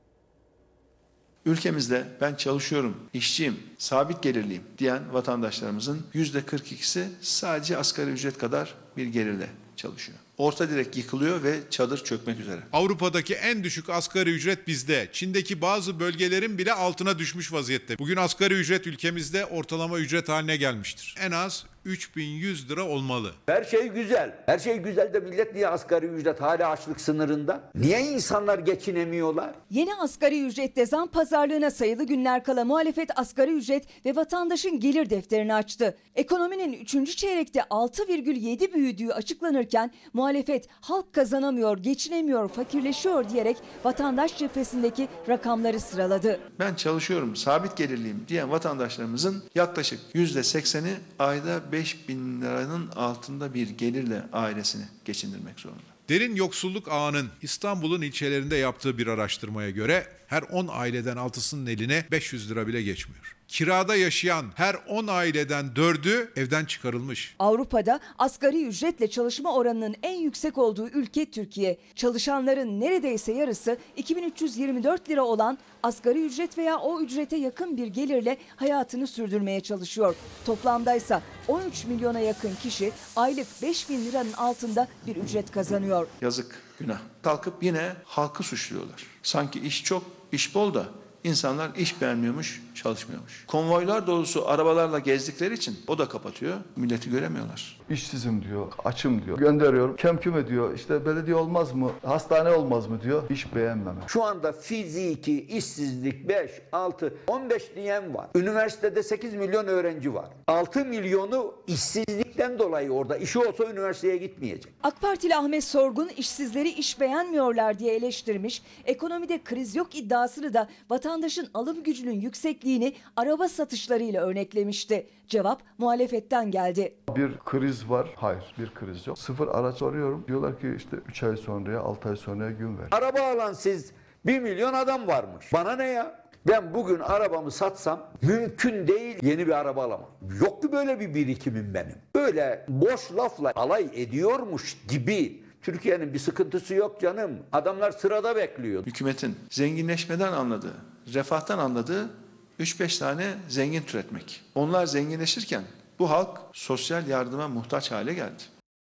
Ülkemizde ben çalışıyorum, işçiyim, sabit gelirliyim diyen vatandaşlarımızın yüzde kırk ikisi sadece asgari ücret kadar bir gelirle çalışıyor. Orta direk yıkılıyor ve çadır çökmek üzere.
Avrupa'daki en düşük asgari ücret bizde. Çin'deki bazı bölgelerin bile altına düşmüş vaziyette. Bugün asgari ücret ülkemizde ortalama ücret haline gelmiştir. En az üç bin yüz lira olmalı.
Her şey güzel. Her şey güzel de millet niye asgari ücret hala açlık sınırında? Niye insanlar geçinemiyorlar?
Yeni asgari ücrette zam pazarlığına sayılı günler kala muhalefet asgari ücret ve vatandaşın gelir defterini açtı. Ekonominin üçüncü çeyrekte altı virgül yedi büyüdüğü açıklanırken muhalefet halk kazanamıyor, geçinemiyor, fakirleşiyor diyerek vatandaş cephesindeki rakamları sıraladı.
Ben çalışıyorum, sabit gelirliyim diyen vatandaşlarımızın yaklaşık yüzde sekseni ayda beş bin liranın altında bir gelirle ailesini geçindirmek zorunda.
Derin yoksulluk ağının İstanbul'un ilçelerinde yaptığı bir araştırmaya göre her on aileden altısının eline beş yüz lira bile geçmiyor. Kirada yaşayan her on aileden dördü evden çıkarılmış.
Avrupa'da asgari ücretle çalışma oranının en yüksek olduğu ülke Türkiye. Çalışanların neredeyse yarısı iki bin üç yüz yirmi dört lira olan asgari ücret veya o ücrete yakın bir gelirle hayatını sürdürmeye çalışıyor. Toplamdaysa on üç milyona yakın kişi aylık beş bin liranın altında bir ücret kazanıyor.
Yazık, günah. Kalkıp yine halkı suçluyorlar. Sanki iş çok, iş bol da İnsanlar iş beğenmiyormuş, çalışmıyormuş. Konvoylar dolusu arabalarla gezdikleri için o da kapatıyor. Milleti göremiyorlar.
İşsizim diyor, açım diyor. Gönderiyorum, kemküme diyor. İşte belediye olmaz mı, hastane olmaz mı diyor. İş beğenmeme.
Şu anda fiziki işsizlik beş, altı, on beş diyen var. Üniversitede sekiz milyon öğrenci var. altı milyonu işsizlikten dolayı orada. İşi olsa üniversiteye gitmeyecek.
AK Partili Ahmet Sorgun işsizleri iş beğenmiyorlar diye eleştirmiş. Ekonomide kriz yok iddiasını da vatandaşın alım gücünün yüksekliğini araba satışlarıyla örneklemişti. Cevap muhalefetten geldi.
Bir kriz var. Hayır, bir kriz yok. Sıfır araç arıyorum. Diyorlar ki işte üç ay sonraya, altı ay sonraya gün ver.
Araba alan siz bir milyon adam varmış. Bana ne ya? Ben bugün arabamı satsam mümkün değil yeni bir araba alamam. Yok ki böyle bir birikimim benim. Böyle boş lafla alay ediyormuş gibi Türkiye'nin bir sıkıntısı yok canım. Adamlar sırada bekliyor.
Hükümetin zenginleşmeden anladığı, refahtan anladığı üç beş tane zengin türetmek. Onlar zenginleşirken bu halk sosyal yardıma muhtaç hale geldi.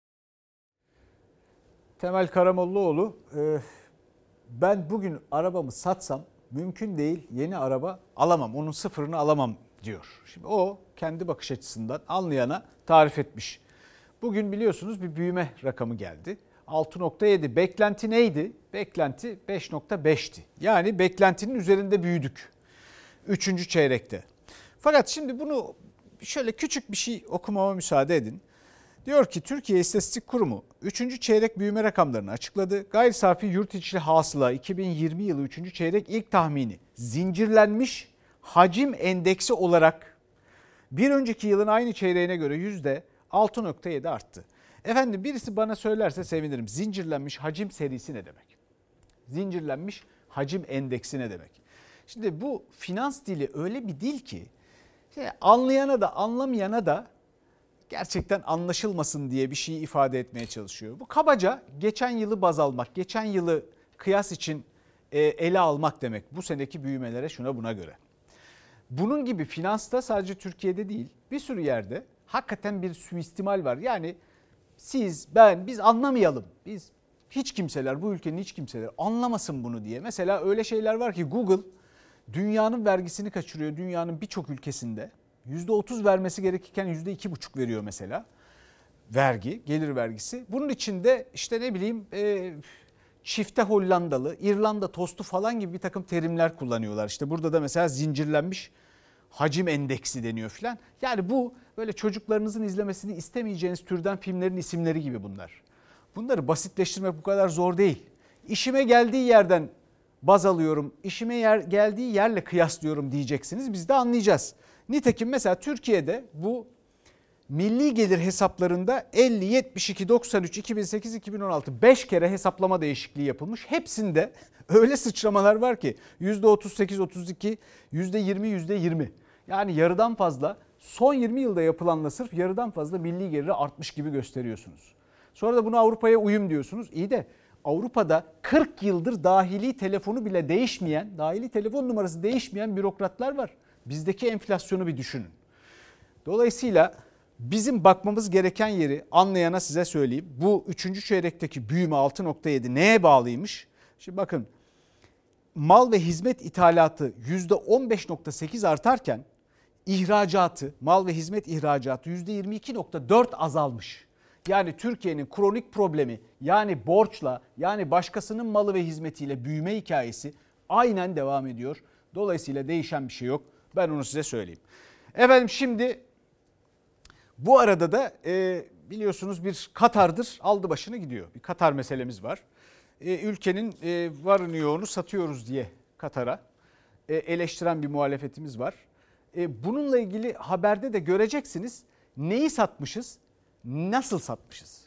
Temel Karamollaoğlu, ben bugün arabamı satsam mümkün değil yeni araba alamam, onun sıfırını alamam diyor. Şimdi o kendi bakış açısından anlayana tarif etmiş. Bugün biliyorsunuz bir büyüme rakamı geldi. altı nokta yedi. Beklenti neydi? Beklenti beş nokta beşti. Yani beklentinin üzerinde büyüdük. Üçüncü çeyrekte. Fakat şimdi bunu şöyle küçük bir şey okumama müsaade edin. Diyor ki Türkiye İstatistik Kurumu üçüncü çeyrek büyüme rakamlarını açıkladı. Gayri safi yurt içi hasıla iki bin yirmi yılı üçüncü çeyrek ilk tahmini zincirlenmiş hacim endeksi olarak bir önceki yılın aynı çeyreğine göre yüzde altı nokta yedi arttı. Efendim birisi bana söylerse sevinirim. Zincirlenmiş hacim serisi ne demek? Zincirlenmiş hacim endeksi ne demek? Şimdi bu finans dili öyle bir dil ki şey, anlayana da anlamayana da gerçekten anlaşılmasın diye bir şey ifade etmeye çalışıyor. Bu kabaca geçen yılı baz almak, geçen yılı kıyas için ele almak demek. Bu seneki büyümelere şuna buna göre. Bunun gibi finansta sadece Türkiye'de değil bir sürü yerde hakikaten bir suistimal var. Yani siz, ben, biz anlamayalım. Biz hiç kimseler, bu ülkenin hiç kimseler anlamasın bunu diye. Mesela öyle şeyler var ki Google dünyanın vergisini kaçırıyor. Dünyanın birçok ülkesinde yüzde otuz vermesi gerekirken yüzde iki buçuk veriyor mesela. Vergi, gelir vergisi. Bunun içinde işte ne bileyim e, çifte Hollandalı, İrlanda tostu falan gibi bir takım terimler kullanıyorlar. İşte burada da mesela zincirlenmiş hacim endeksi deniyor filan. Yani bu böyle çocuklarınızın izlemesini istemeyeceğiniz türden filmlerin isimleri gibi bunlar. Bunları basitleştirmek bu kadar zor değil. İşime geldiği yerden baz alıyorum, işime yer, geldiği yerle kıyaslıyorum diyeceksiniz. Biz de anlayacağız. Nitekim mesela Türkiye'de bu milli gelir hesaplarında elli, yetmiş iki, doksan üç, iki bin sekiz, iki bin on altı beş kere hesaplama değişikliği yapılmış. Hepsinde öyle sıçramalar var ki yüzde otuz sekiz, otuz iki, yüzde yirmi, yüzde yirmi. Yani yarıdan fazla, son yirmi yılda yapılanla sırf yarıdan fazla milli geliri artmış gibi gösteriyorsunuz. Sonra da bunu Avrupa'ya uyum diyorsunuz. İyi de Avrupa'da kırk yıldır dahili telefonu bile değişmeyen, dahili telefon numarası değişmeyen bürokratlar var. Bizdeki enflasyonu bir düşünün. Dolayısıyla bizim bakmamız gereken yeri anlayana size söyleyeyim. Bu üçüncü çeyrekteki büyüme altı nokta yedi neye bağlıymış? Şimdi bakın, mal ve hizmet ithalatı yüzde on beş nokta sekiz artarken ihracatı, mal ve hizmet ihracatı yüzde yirmi iki nokta dört azalmış. Yani Türkiye'nin kronik problemi, yani borçla, yani başkasının malı ve hizmetiyle büyüme hikayesi aynen devam ediyor. Dolayısıyla değişen bir şey yok. Ben onu size söyleyeyim. Efendim şimdi bu arada da e, biliyorsunuz bir Katar'dır aldı başını gidiyor. Bir Katar meselemiz var. E, ülkenin e, varını yoğunu satıyoruz diye Katar'a e, eleştiren bir muhalefetimiz var. E, bununla ilgili haberde de göreceksiniz neyi satmışız, nasıl satmışız.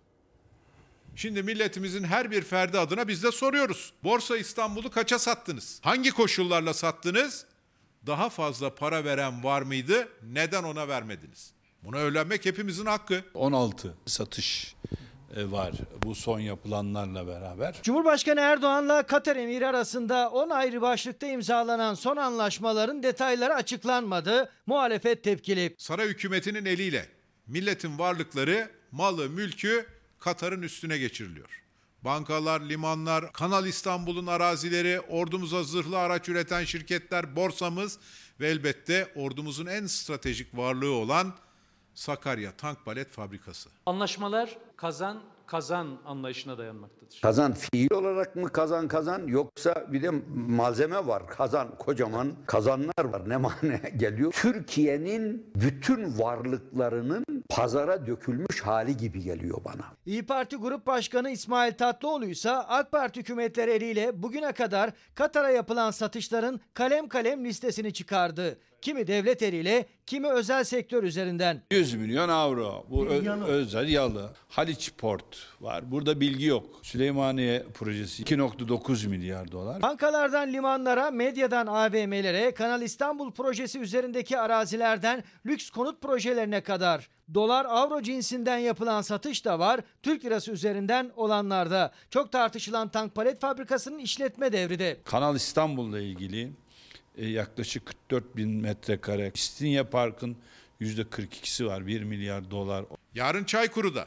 Şimdi milletimizin her bir ferdi adına biz de soruyoruz. Borsa İstanbul'u kaça sattınız? Hangi koşullarla sattınız? Daha fazla para veren var mıydı? Neden ona vermediniz? Buna öğrenmek hepimizin hakkı.
on altı satış var bu son yapılanlarla beraber.
Cumhurbaşkanı Erdoğan'la Katar Emiri arasında on ayrı başlıkta imzalanan son anlaşmaların detayları açıklanmadı. Muhalefet tepkili.
Saray hükümetinin eliyle milletin varlıkları, malı, mülkü Katar'ın üstüne geçiriliyor. Bankalar, limanlar, Kanal İstanbul'un arazileri, ordumuza zırhlı araç üreten şirketler, borsamız ve elbette ordumuzun en stratejik varlığı olan Sakarya Tank Palet Fabrikası.
Anlaşmalar kazan kazan anlayışına dayanmaktadır.
Kazan fiil olarak mı kazan kazan, yoksa bir de malzeme var. Kazan, kocaman kazanlar var. Ne manaya geliyor? Türkiye'nin bütün varlıklarının pazara dökülmüş hali gibi geliyor bana.
İYİ Parti Grup Başkanı İsmail Tatlıoğlu ise AK Parti hükümetleri eliyle bugüne kadar Katar'a yapılan satışların kalem kalem listesini çıkardı. Kimi devlet eliyle, kimi özel sektör üzerinden.
yüz milyon avro. Bu ö- özel yalı. Haliç Port var. Burada bilgi yok. Süleymaniye projesi iki nokta dokuz milyar dolar.
Bankalardan limanlara, medyadan A V M'lere, Kanal İstanbul projesi üzerindeki arazilerden lüks konut projelerine kadar dolar avro cinsinden yapılan satış da var. Türk lirası üzerinden olanlarda. Çok tartışılan tank palet fabrikasının işletme devri de.
Kanal İstanbul'la ilgili yaklaşık kırk dört bin metrekare. İstinye Park'ın yüzde kırk ikisi var. bir milyar dolar.
Yarın Çaykuru'da,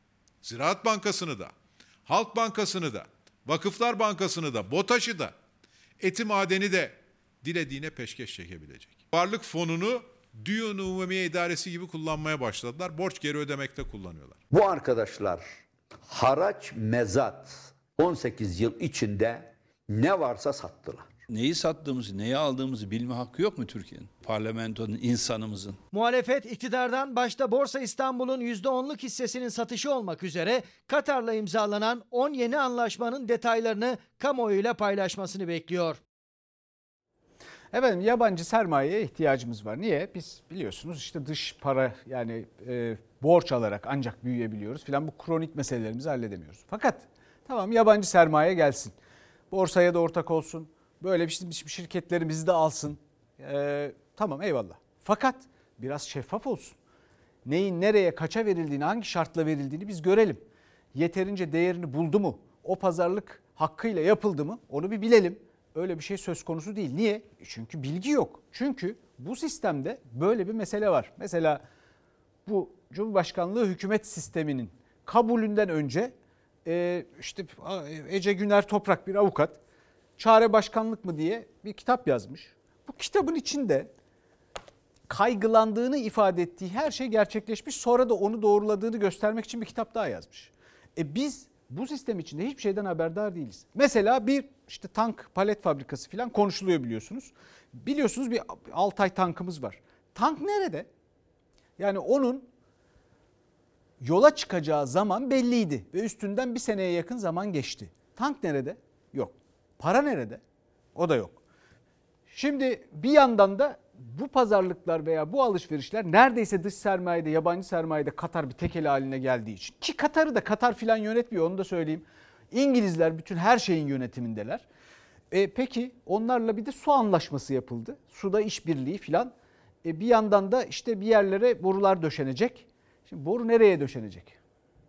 Ziraat Bankası'nı da, Halk Bankası'nı da, Vakıflar Bankası'nı da, BOTAŞ'ı da, Eti Madeni de dilediğine peşkeş çekebilecek. Varlık fonunu Düğün Umumiye İdaresi gibi kullanmaya başladılar. Borç geri ödemekte kullanıyorlar.
Bu arkadaşlar haraç mezat on sekiz yıl içinde ne varsa sattılar.
Neyi sattığımızı, neyi aldığımızı bilme hakkı yok mu Türkiye'nin? Parlamentonun, insanımızın.
Muhalefet iktidardan başta Borsa İstanbul'un yüzde onluk hissesinin satışı olmak üzere Katar'la imzalanan on yeni anlaşmanın detaylarını kamuoyuyla paylaşmasını bekliyor.
Efendim yabancı sermayeye ihtiyacımız var. Niye? Biz biliyorsunuz işte dış para yani e, borç alarak ancak büyüyebiliyoruz filan, bu kronik meselelerimizi halledemiyoruz. Fakat tamam, yabancı sermaye gelsin. Borsaya da ortak olsun. Böyle bir şirketlerimizi de alsın. Ee, tamam, eyvallah. Fakat biraz şeffaf olsun. Neyin nereye, kaça verildiğini, hangi şartla verildiğini biz görelim. Yeterince değerini buldu mu? O pazarlık hakkıyla yapıldı mı? Onu bir bilelim. Öyle bir şey söz konusu değil. Niye? Çünkü bilgi yok. Çünkü bu sistemde böyle bir mesele var. Mesela bu Cumhurbaşkanlığı hükümet sisteminin kabulünden önce e, işte Ece Güner Toprak, bir avukat, Çare Başkanlık mı diye bir kitap yazmış. Bu kitabın içinde kaygılandığını ifade ettiği her şey gerçekleşmiş. Sonra da onu doğruladığını göstermek için bir kitap daha yazmış. E biz bu sistem içinde hiçbir şeyden haberdar değiliz. Mesela bir işte tank palet fabrikası falan konuşuluyor biliyorsunuz. Biliyorsunuz bir Altay tankımız var. Tank nerede? Yani onun yola çıkacağı zaman belliydi ve üstünden bir seneye yakın zaman geçti. Tank nerede? Yok. Para nerede? O da yok. Şimdi bir yandan da bu pazarlıklar veya bu alışverişler neredeyse dış sermayede, yabancı sermayede Katar bir tekeli haline geldiği için. Ki Katar'ı da Katar filan yönetmiyor, onu da söyleyeyim. İngilizler bütün her şeyin yönetimindeler. E, peki onlarla bir de su anlaşması yapıldı. Suda işbirliği filan. E, bir yandan da işte bir yerlere borular döşenecek. Şimdi boru nereye döşenecek?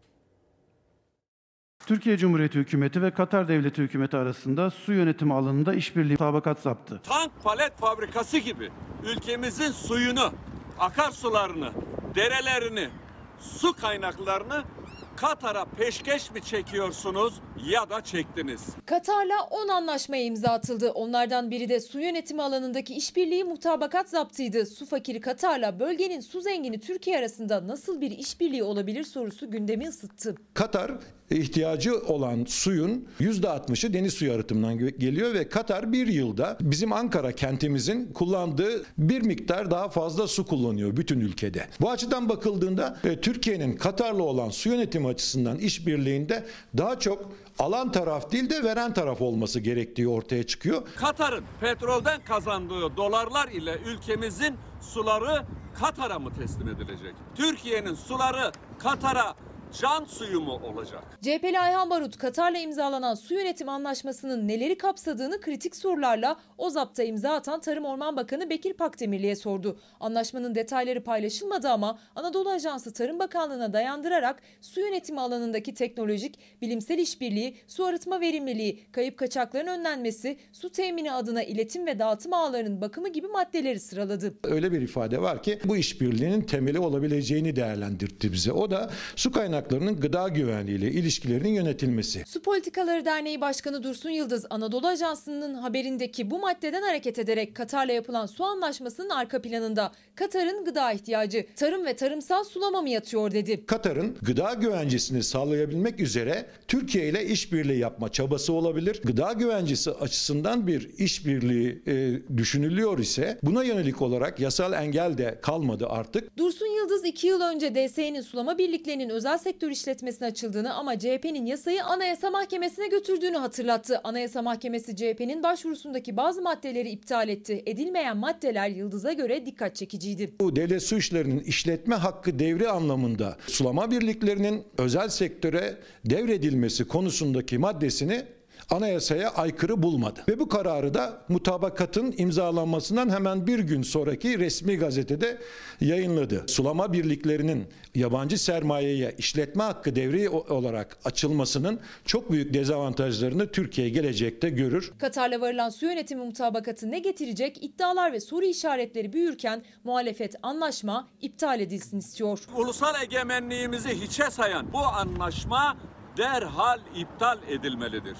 Türkiye Cumhuriyeti Hükümeti ve Katar Devleti Hükümeti arasında su yönetimi alanında işbirliği mutabakat zaptı.
Tank palet fabrikası gibi ülkemizin suyunu, akarsularını, derelerini, su kaynaklarını Katar'a peşkeş mi çekiyorsunuz ya da çektiniz?
Katar'la on anlaşmaya imza atıldı. Onlardan biri de su yönetimi alanındaki işbirliği mutabakat zaptıydı. Su fakiri Katar'la bölgenin su zengini Türkiye arasında nasıl bir işbirliği olabilir sorusu gündemi ısıttı.
Katar ihtiyacı olan suyun yüzde altmışı deniz suyu arıtımından geliyor ve Katar bir yılda bizim Ankara kentimizin kullandığı bir miktar daha fazla su kullanıyor bütün ülkede. Bu açıdan bakıldığında Türkiye'nin Katar'la olan su yönetimi açısından işbirliğinde daha çok alan taraf değil de veren taraf olması gerektiği ortaya çıkıyor.
Katar'ın petrolden kazandığı dolarlar ile ülkemizin suları Katar'a mı teslim edilecek? Türkiye'nin suları Katar'a can suyu mu olacak?
C H P'li Ayhan Barut, Katar'la imzalanan su yönetim anlaşmasının neleri kapsadığını kritik sorularla o zapta imza atan Tarım Orman Bakanı Bekir Pakdemirli'ye sordu. Anlaşmanın detayları paylaşılmadı ama Anadolu Ajansı Tarım Bakanlığı'na dayandırarak su yönetimi alanındaki teknolojik, bilimsel işbirliği, su arıtma verimliliği, kayıp kaçakların önlenmesi, su temini adına iletim ve dağıtım ağlarının bakımı gibi maddeleri sıraladı.
Öyle bir ifade var ki bu işbirliğinin temeli olabileceğini değerlendirdi bize. O da su kaynağı kaynaklarının gıda güvenliğiyle ilişkilerinin yönetilmesi.
Su Politikaları Derneği Başkanı Dursun Yıldız, Anadolu Ajansı'nın haberindeki bu maddeden hareket ederek Katar'la yapılan su anlaşmasının arka planında Katar'ın gıda ihtiyacı, tarım ve tarımsal sulama mı yatıyor dedi.
Katar'ın gıda güvencesini sağlayabilmek üzere Türkiye ile işbirliği yapma çabası olabilir. Gıda güvencesi açısından bir işbirliği e, düşünülüyor ise buna yönelik olarak yasal engel de kalmadı artık.
Dursun Yıldız iki yıl önce D S E'nin sulama birliklerinin özel sektör işletmesine açıldığını ama C H P'nin yasayı Anayasa Mahkemesi'ne götürdüğünü hatırlattı. Anayasa Mahkemesi C H P'nin başvurusundaki bazı maddeleri iptal etti. Edilmeyen maddeler Yıldız'a göre dikkat çekiciydi.
Bu devlet su işlerinin işletme hakkı devri anlamında sulama birliklerinin özel sektöre devredilmesi konusundaki maddesini anayasaya aykırı bulmadı. Ve bu kararı da mutabakatın imzalanmasından hemen bir gün sonraki resmi gazetede yayınladı. Sulama birliklerinin yabancı sermayeye işletme hakkı devri olarak açılmasının çok büyük dezavantajlarını Türkiye gelecekte görür.
Katar'la varılan su yönetimi mutabakatı ne getirecek? İddialar ve soru işaretleri büyürken muhalefet anlaşma iptal edilsin istiyor.
Ulusal egemenliğimizi hiçe sayan bu anlaşma derhal iptal edilmelidir.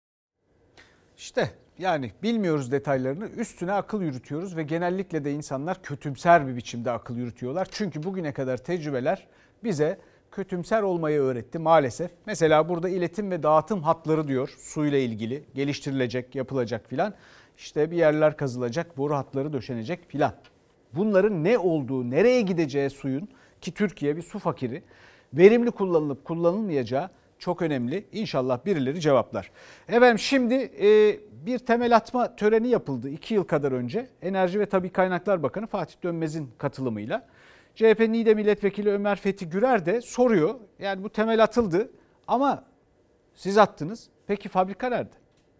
İşte yani bilmiyoruz detaylarını, üstüne akıl yürütüyoruz ve genellikle de insanlar kötümser bir biçimde akıl yürütüyorlar. Çünkü bugüne kadar tecrübeler bize kötümser olmayı öğretti maalesef. Mesela burada iletim ve dağıtım hatları diyor, suyla ilgili geliştirilecek, yapılacak filan. İşte bir yerler kazılacak, boru hatları döşenecek filan. Bunların ne olduğu, nereye gideceği suyun, ki Türkiye bir su fakiri, verimli kullanılıp kullanılmayacağı çok önemli. İnşallah birileri cevaplar. Efendim şimdi e, bir temel atma töreni yapıldı iki yıl kadar önce. Enerji ve Tabii Kaynaklar Bakanı Fatih Dönmez'in katılımıyla. C H P Niğde Milletvekili Ömer Fethi Gürer de soruyor. Yani bu temel atıldı ama siz attınız. Peki fabrika nerede?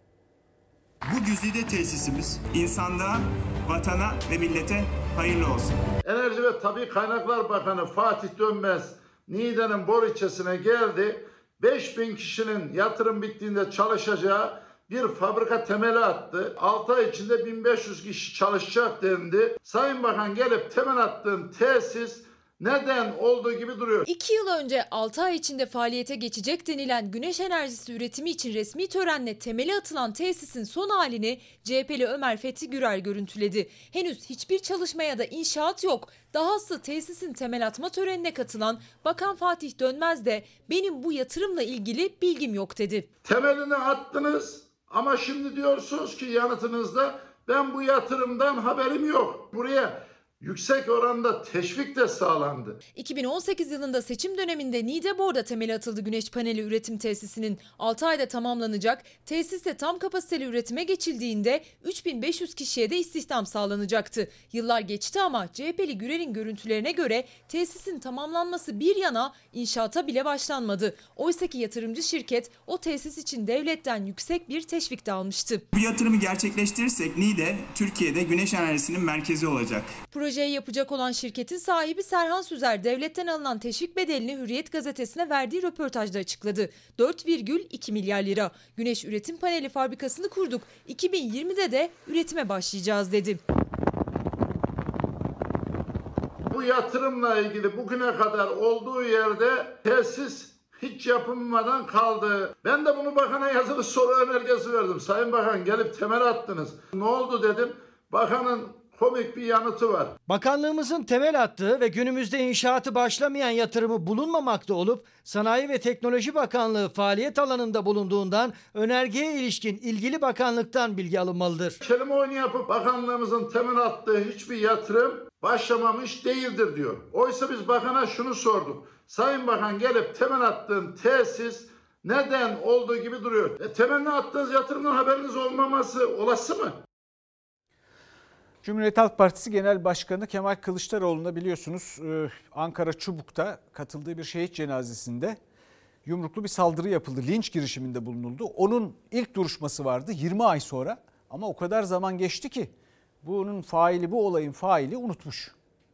Bu güzide tesisimiz insanlığa, vatana ve millete hayırlı olsun.
Enerji ve Tabii Kaynaklar Bakanı Fatih Dönmez Niğde'nin Bor ilçesine geldi. beş bin kişinin yatırım bittiğinde çalışacağı bir fabrika temeli attı. altı ay içinde bin beş yüz kişi çalışacak dendi. Sayın Bakan gelip temel attığım tesis neden olduğu gibi duruyor.
İki yıl önce altı ay içinde faaliyete geçecek denilen güneş enerjisi üretimi için resmi törenle temeli atılan tesisin son halini C H P'li Ömer Fethi Gürer görüntüledi. Henüz hiçbir çalışma ya da inşaat yok. Dahası tesisin temel atma törenine katılan Bakan Fatih Dönmez de benim bu yatırımla ilgili bilgim yok dedi.
Temelini attınız ama şimdi diyorsunuz ki yanıtınızda ben bu yatırımdan haberim yok. Buraya yüksek oranda teşvik de sağlandı.
iki bin on sekiz yılında seçim döneminde Niğdebor'da temeli atıldı güneş paneli üretim tesisinin. altı ayda tamamlanacak. Tesiste tam kapasiteli üretime geçildiğinde üç bin beş yüz kişiye de istihdam sağlanacaktı. Yıllar geçti ama C H P'li Gürel'in görüntülerine göre tesisin tamamlanması bir yana inşaata bile başlanmadı. Oysaki yatırımcı şirket o tesis için devletten yüksek bir teşvik de almıştı.
Bu yatırımı gerçekleştirirsek Niğde Türkiye'de güneş enerjisinin merkezi olacak.
Projeyi yapacak olan şirketin sahibi Serhan Süzer devletten alınan teşvik bedelini Hürriyet gazetesine verdiği röportajda açıkladı. dört virgül iki milyar lira. Güneş üretim paneli fabrikasını kurduk. iki bin yirmide de üretime başlayacağız dedi.
Bu yatırımla ilgili bugüne kadar olduğu yerde tesis hiç yapılmadan kaldı. Ben de bunu bakana yazılı soru önergesi verdim. Sayın Bakan gelip temel attınız. Ne oldu dedim. Bakanın komik bir yanıtı var.
Bakanlığımızın temel attığı ve günümüzde inşaatı başlamayan yatırımı bulunmamakta olup Sanayi ve Teknoloji Bakanlığı faaliyet alanında bulunduğundan önergeye ilişkin ilgili bakanlıktan bilgi alınmalıdır.
Kelime oyunu yapıp bakanlığımızın temel attığı hiçbir yatırım başlamamış değildir diyor. Oysa biz bakana şunu sorduk. Sayın Bakan gelip temel attığın tesis neden olduğu gibi duruyor. E, temeline attığınız yatırımdan haberiniz olmaması olası mı?
Cumhuriyet Halk Partisi Genel Başkanı Kemal Kılıçdaroğlu'na biliyorsunuz Ankara Çubuk'ta katıldığı bir şehit cenazesinde yumruklu bir saldırı yapıldı. Linç girişiminde bulunuldu. Onun ilk duruşması vardı yirmi ay sonra ama o kadar zaman geçti ki bunun faili, bu olayın faili unutmuş.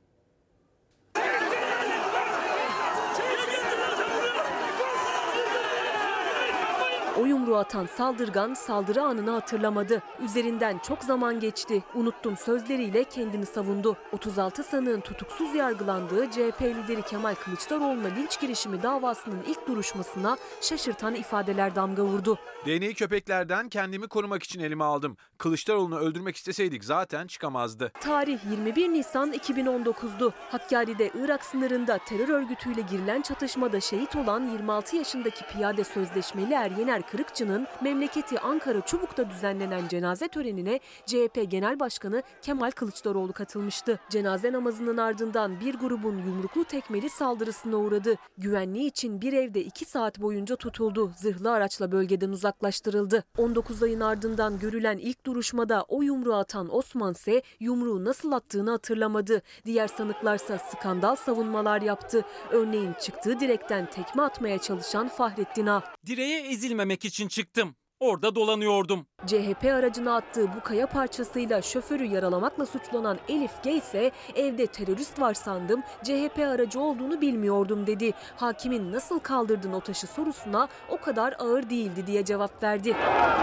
O yumruğu atan saldırgan saldırı anını hatırlamadı. Üzerinden çok zaman geçti. Unuttum sözleriyle kendini savundu. otuz altı sanığın tutuksuz yargılandığı C H P lideri Kemal Kılıçdaroğlu'na linç girişimi davasının ilk duruşmasına şaşırtan ifadeler damga vurdu.
Deney köpeklerden kendimi korumak için elime aldım. Kılıçdaroğlu'nu öldürmek isteseydik zaten çıkamazdı.
Tarih yirmi bir Nisan iki bin on dokuz'du. Hakkari'de Irak sınırında terör örgütüyle girilen çatışmada şehit olan yirmi altı yaşındaki piyade sözleşmeli er Yener Kırıkçı'nın memleketi Ankara Çubuk'ta düzenlenen cenaze törenine C H P Genel Başkanı Kemal Kılıçdaroğlu katılmıştı. Cenaze namazının ardından bir grubun yumruklu tekmeli saldırısına uğradı. Güvenliği için bir evde iki saat boyunca tutuldu. Zırhlı araçla bölgeden uzaklaştırıldı. on dokuz ayın ardından görülen ilk duruşmada o yumruğu atan Osman ise yumruğu nasıl attığını hatırlamadı. Diğer sanıklarsa skandal savunmalar yaptı. Örneğin çıktığı direkten tekme atmaya çalışan Fahrettin A.
Direğe ezilmemek için çıktım. Orada dolanıyordum.
C H P aracına attığı bu kaya parçasıyla şoförü yaralamakla suçlanan Elif G ise evde terörist var sandım, C H P aracı olduğunu bilmiyordum dedi. Hakimin nasıl kaldırdın o taşı sorusuna o kadar ağır değildi diye cevap verdi.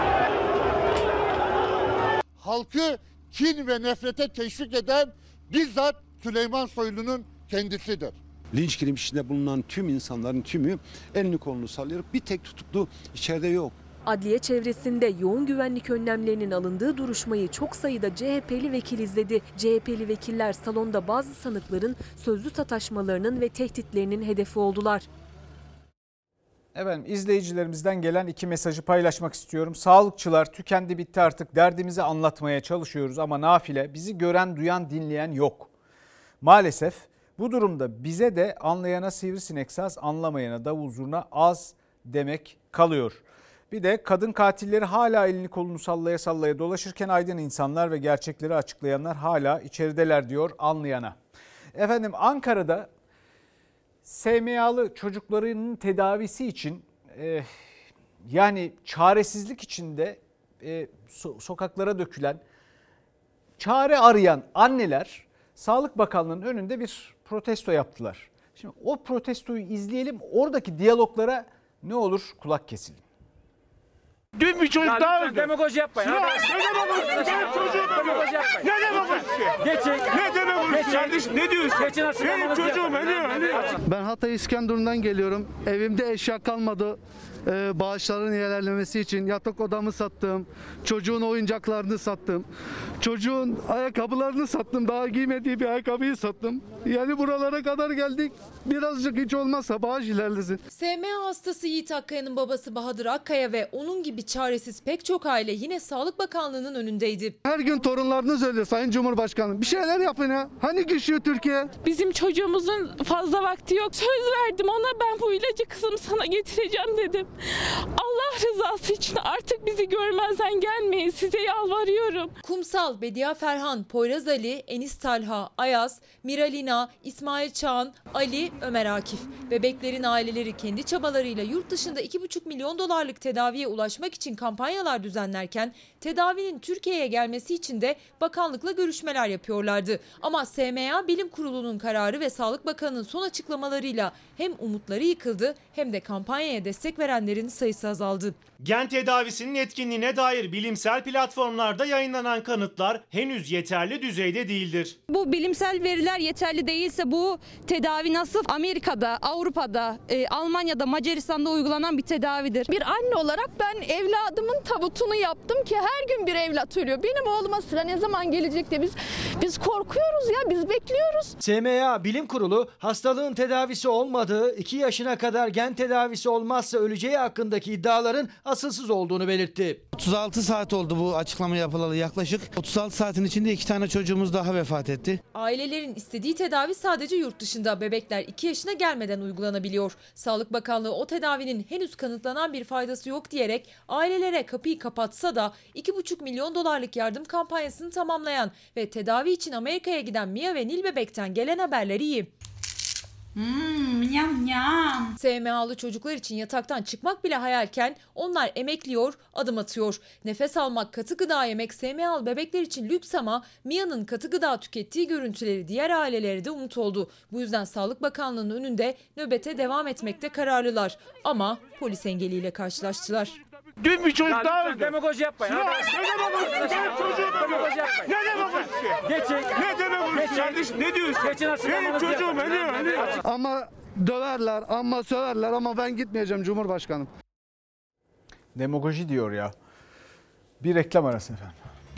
Halkı kin ve nefrete teşvik eden bizzat Süleyman Soylu'nun kendisidir.
Linç girişiminde bulunan tüm insanların tümü elini kolunu sallıyor. Bir tek tutuklu içeride yok.
Adliye çevresinde yoğun güvenlik önlemlerinin alındığı duruşmayı çok sayıda C H P'li vekil izledi. C H P'li vekiller salonda bazı sanıkların sözlü sataşmalarının ve tehditlerinin hedefi oldular.
Efendim izleyicilerimizden gelen iki mesajı paylaşmak istiyorum. Sağlıkçılar tükendi bitti artık derdimizi anlatmaya çalışıyoruz ama nafile bizi gören duyan dinleyen yok. Maalesef bu durumda bize de anlayana sivrisinek saz anlamayana davul zurna az demek kalıyor. Bir de kadın katilleri hala elini kolunu sallaya sallaya dolaşırken aydın insanlar ve gerçekleri açıklayanlar hala içerideler diyor anlayana. Efendim Ankara'da S M A'lı çocuklarının tedavisi için e, yani çaresizlik içinde e, so- sokaklara dökülen, çare arayan anneler Sağlık Bakanlığı'nın önünde bir protesto yaptılar. Şimdi o protestoyu izleyelim, oradaki diyaloglara ne olur kulak keselim.
Dün bir çocuk daha öldü.
Demagoji yapmayın.
Ne demagojisi? Benim çocuğum ölüyor. Ne demagojisi?
Geçin.
Ne demagojisi kardeşim? Ne diyorsun?
Geçin
Benim çocuğum ölüyor. ölüyor.
Ben Hatay İskenderun'dan geliyorum. Evimde eşya kalmadı.
e, bağışların ilerlemesi için yatak odamı sattım. Çocuğun oyuncaklarını sattım. Çocuğun ayakkabılarını sattım. Daha giymediği bir ayakkabıyı sattım. Yani buralara kadar geldik. Birazcık hiç olmazsa bağış ilerlesin.
S M A hastası Yiğit Akkaya'nın babası Bahadır Akkaya ve onun gibi çaresiz pek çok aile yine Sağlık Bakanlığı'nın önündeydi.
Her gün torunlarınız ölüyor Sayın Cumhurbaşkanım. Bir şeyler yapın ya. Hani güçlü Türkiye?
Bizim çocuğumuzun fazla vakti yok. Söz verdim ona, ben bu ilacı kızım sana getireceğim dedim. Allah rızası için artık bizi görmezden gelmeyin, size yalvarıyorum.
Kumsal, Bediye Ferhan, Poyraz Ali, Enis Talha, Ayaz, Miralina, İsmail Çağan, Ali, Ömer Akif. Bebeklerin aileleri kendi çabalarıyla yurt dışında iki buçuk milyon dolarlık tedaviye ulaşmak için kampanyalar düzenlerken tedavinin Türkiye'ye gelmesi için de bakanlıkla görüşmeler yapıyorlardı. Ama S M A Bilim Kurulu'nun kararı ve Sağlık Bakanı'nın son açıklamalarıyla hem umutları yıkıldı hem de kampanyaya destek verenlerin sayısı azaldı.
Gen tedavisinin etkinliğine dair bilimsel platformlarda yayınlanan kanıtlar henüz yeterli düzeyde değildir.
Bu bilimsel veriler yeterli değilse bu tedavi nasıl Amerika'da, Avrupa'da, e, Almanya'da, Macaristan'da uygulanan bir tedavidir.
Bir anne olarak ben evladımın tabutunu yaptım ki her gün bir evlat ölüyor. Benim oğluma sıra ne zaman gelecek diye biz biz korkuyoruz ya, biz bekliyoruz.
S M A Bilim Kurulu hastalığın tedavisi olmadığı, iki yaşına kadar gen tedavisi olmazsa öleceği hakkındaki iddiaların asılsız olduğunu belirtti.
otuz altı saat oldu bu açıklama yapılalı yaklaşık. otuz altı saatin içinde iki tane çocuğumuz daha vefat etti.
Ailelerin istediği tedavi sadece yurt dışında, bebekler iki yaşına gelmeden uygulanabiliyor. Sağlık Bakanlığı o tedavinin henüz kanıtlanan bir faydası yok diyerek ailelere kapıyı kapatsa da iki buçuk milyon dolarlık yardım kampanyasını tamamlayan ve tedavi için Amerika'ya giden Mia ve Nil bebekten gelen haberler iyi.
Hmm, yam yam.
S M A'lı çocuklar için yataktan çıkmak bile hayalken onlar emekliyor, adım atıyor. Nefes almak, katı gıda yemek S M A'lı bebekler için lüks ama Mia'nın katı gıda tükettiği görüntüleri diğer ailelere de umut oldu. Bu yüzden Sağlık Bakanlığı'nın önünde nöbete devam etmekte kararlılar. Ama polis engeliyle karşılaştılar.
Dün bir çocuk daha öldü.
Demagoji yapmayın.
Ne demagojisi? Ben çocuğum
Demagoji yapmayın.
Ne demagojisi?
Geçin.
Ne demagojisi kardeşim? Ne diyorsun?
Geçin
Benim çocuğum ölüyor. ölüyor.
Ama döverler, ama söverler ama ben gitmeyeceğim Cumhurbaşkanım.
Demagoji diyor ya. Bir reklam arası efendim.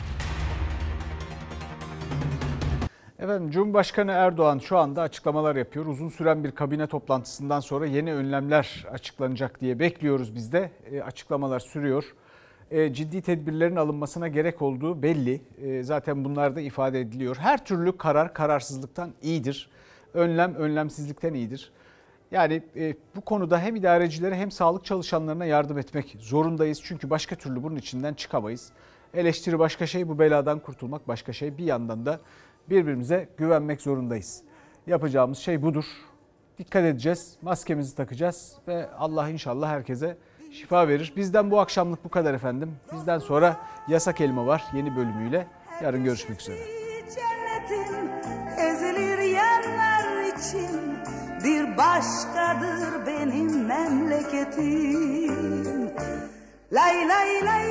Efendim Cumhurbaşkanı Erdoğan şu anda açıklamalar yapıyor. Uzun süren bir kabine toplantısından sonra yeni önlemler açıklanacak diye bekliyoruz biz de. E, açıklamalar sürüyor. E, ciddi tedbirlerin alınmasına gerek olduğu belli. E, zaten bunlar da ifade ediliyor. Her türlü karar kararsızlıktan iyidir. Önlem önlemsizlikten iyidir. Yani e, bu konuda hem idarecilere hem sağlık çalışanlarına yardım etmek zorundayız. Çünkü başka türlü bunun içinden çıkamayız. Eleştiri başka şey, bu beladan kurtulmak başka şey. Bir yandan da birbirimize güvenmek zorundayız. Yapacağımız şey budur. Dikkat edeceğiz, maskemizi takacağız ve Allah inşallah herkese şifa verir. Bizden bu akşamlık bu kadar efendim. Bizden sonra Yasak Elma var yeni bölümüyle. Yarın görüşmek üzere.
Cennetin ezilir yerler için bir başkadır benim memleketim. Lay lay lay.